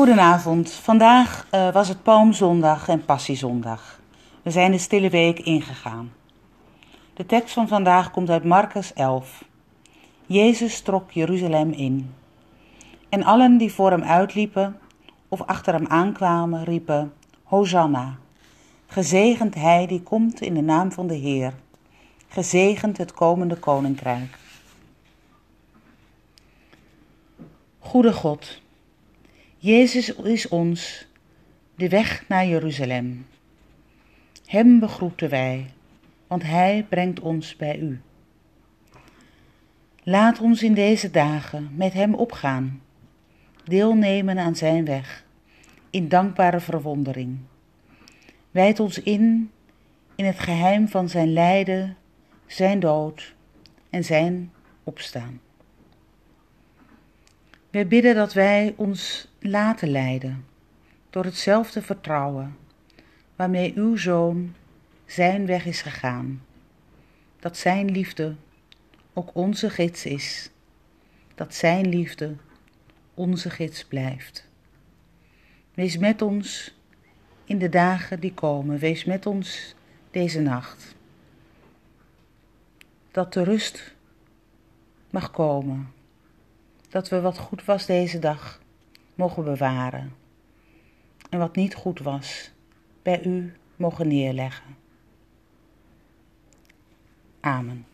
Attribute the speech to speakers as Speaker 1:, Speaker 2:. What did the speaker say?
Speaker 1: Goedenavond. Vandaag was het Palmzondag en Passiezondag. We zijn de stille week ingegaan. De tekst van vandaag komt uit Marcus 11. Jezus trok Jeruzalem in. En allen die voor hem uitliepen of achter hem aankwamen, riepen: Hosanna! Gezegend hij die komt in de naam van de Heer. Gezegend het komende koninkrijk. Goede God, Jezus is ons de weg naar Jeruzalem. Hem begroeten wij, want hij brengt ons bij u. Laat ons in deze dagen met hem opgaan, deelnemen aan zijn weg, in dankbare verwondering. Wijd ons in het geheim van zijn lijden, zijn dood en zijn opstaan. Wij bidden dat wij ons laten leiden door hetzelfde vertrouwen waarmee uw Zoon zijn weg is gegaan. Dat zijn liefde ook onze gids is. Dat zijn liefde onze gids blijft. Wees met ons in de dagen die komen. Wees met ons deze nacht. Dat de rust mag komen. Dat we wat goed was deze dag mogen bewaren. En wat niet goed was, bij u mogen neerleggen. Amen.